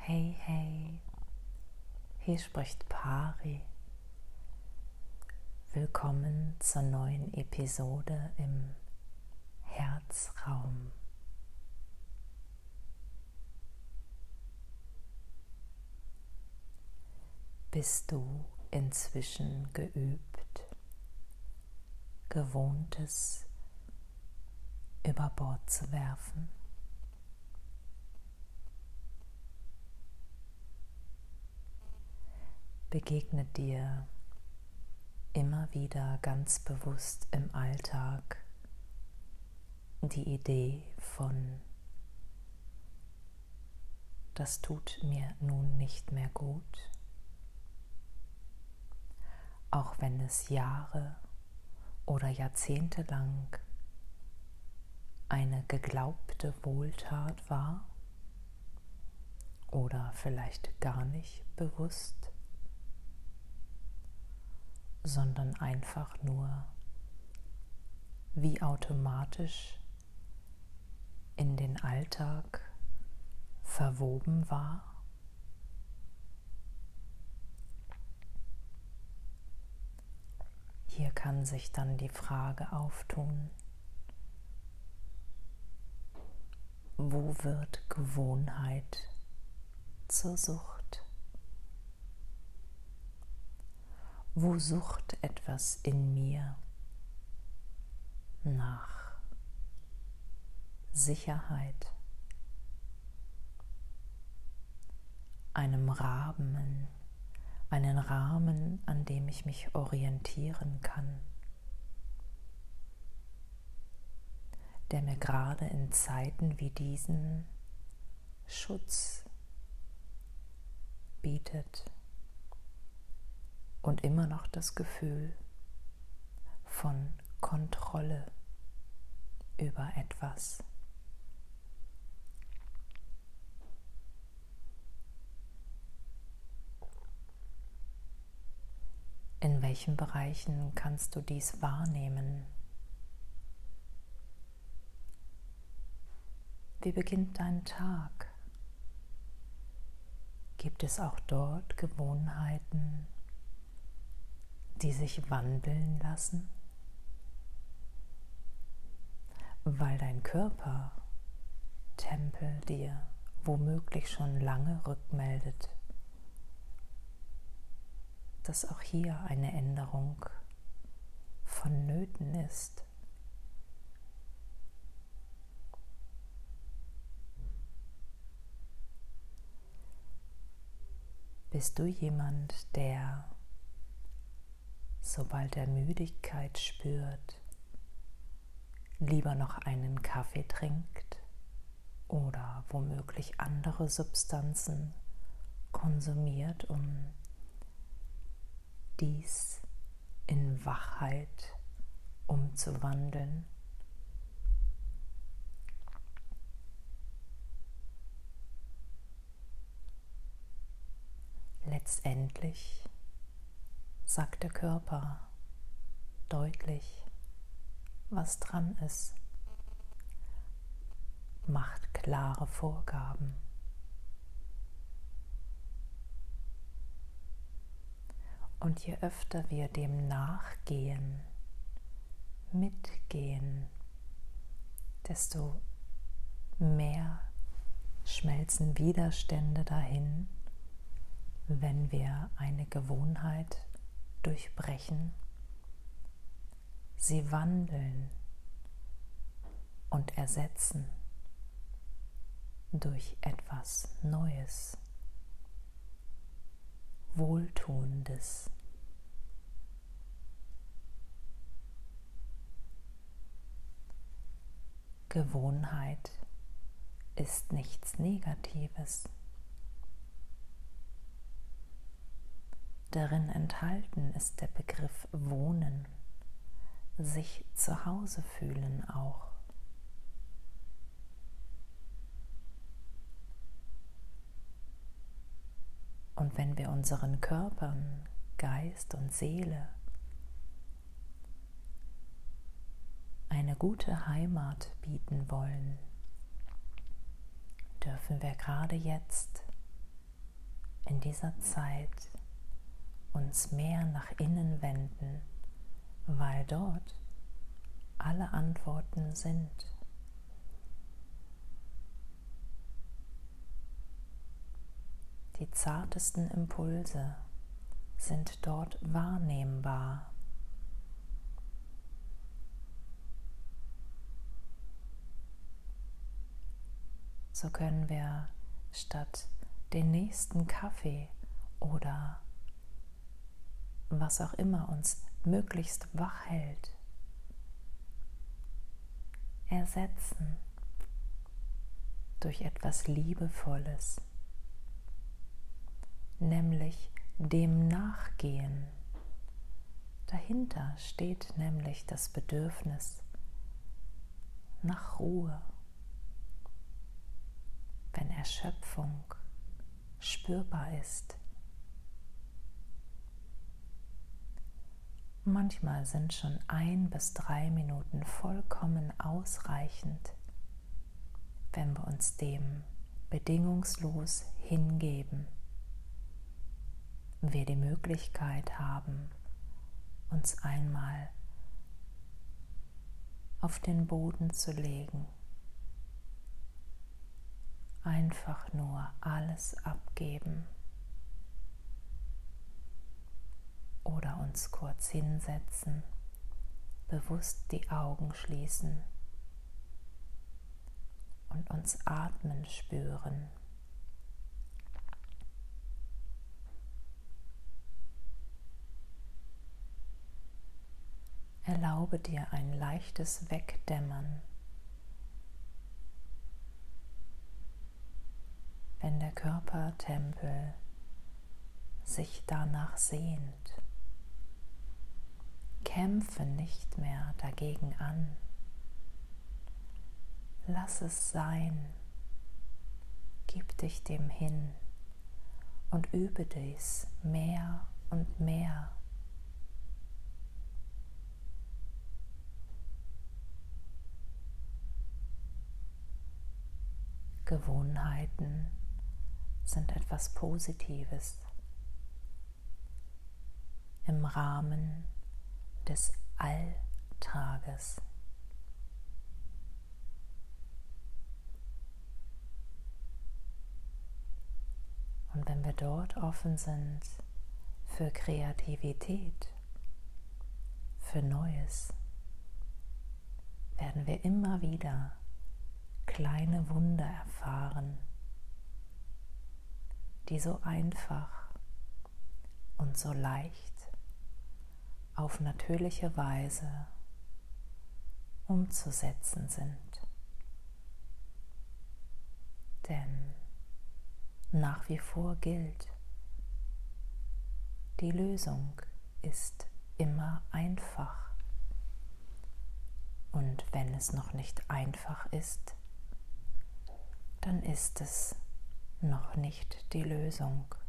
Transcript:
Hey, hey, hier spricht Pari. Willkommen zur neuen Episode im Herzraum. Bist du inzwischen geübt, Gewohntes über Bord zu werfen? Begegnet dir immer wieder ganz bewusst im Alltag die Idee von: das tut mir nun nicht mehr gut, auch wenn es Jahre oder Jahrzehnte lang eine geglaubte Wohltat war oder vielleicht gar nicht bewusst, sondern einfach nur wie automatisch in den Alltag verwoben war? Hier kann sich dann die Frage auftun: Wo wird Gewohnheit zur Sucht? Wo sucht etwas in mir nach Sicherheit, einen Rahmen, an dem ich mich orientieren kann, der mir gerade in Zeiten wie diesen Schutz bietet und immer noch das Gefühl von Kontrolle über etwas. In welchen Bereichen kannst du dies wahrnehmen? Wie beginnt dein Tag? Gibt es auch dort Gewohnheiten, die sich wandeln lassen? Weil dein Körpertempel dir womöglich schon lange rückmeldet, dass auch hier eine Änderung vonnöten ist. Bist du jemand, der, sobald er Müdigkeit spürt, lieber noch einen Kaffee trinkt oder womöglich andere Substanzen konsumiert, um dies in Wachheit umzuwandeln? Letztendlich sagt der Körper deutlich, was dran ist, macht klare Vorgaben. Und je öfter wir dem nachgehen, mitgehen, desto mehr schmelzen Widerstände dahin, wenn wir eine Gewohnheit durchbrechen, sie wandeln und ersetzen durch etwas Neues, Wohltuendes. Gewohnheit ist nichts Negatives. Darin enthalten ist der Begriff Wohnen, sich zu Hause fühlen auch. Und wenn wir unseren Körpern, Geist und Seele eine gute Heimat bieten wollen, dürfen wir gerade jetzt in dieser Zeit uns mehr nach innen wenden, weil dort alle Antworten sind. Die zartesten Impulse sind dort wahrnehmbar. So können wir statt den nächsten Kaffee oder was auch immer uns möglichst wach hält, ersetzen durch etwas Liebevolles, nämlich dem Nachgehen. Dahinter steht nämlich das Bedürfnis nach Ruhe, wenn Erschöpfung spürbar ist. Manchmal sind schon 1 bis 3 Minuten vollkommen ausreichend, wenn wir uns dem bedingungslos hingeben. Wir die Möglichkeit haben, uns einmal auf den Boden zu legen, einfach nur alles abgeben oder uns kurz hinsetzen, bewusst die Augen schließen und uns atmen spüren. Erlaube dir ein leichtes Wegdämmern, wenn der Körpertempel sich danach sehnt. Kämpfe nicht mehr dagegen an. Lass es sein. Gib dich dem hin und übe dies mehr und mehr. Gewohnheiten sind etwas Positives im Rahmen des Alltages. Und wenn wir dort offen sind für Kreativität, für Neues, werden wir immer wieder kleine Wunder erfahren, die so einfach und so leicht auf natürliche Weise umzusetzen sind. Denn nach wie vor gilt, die Lösung ist immer einfach. Und wenn es noch nicht einfach ist, dann ist es noch nicht die Lösung.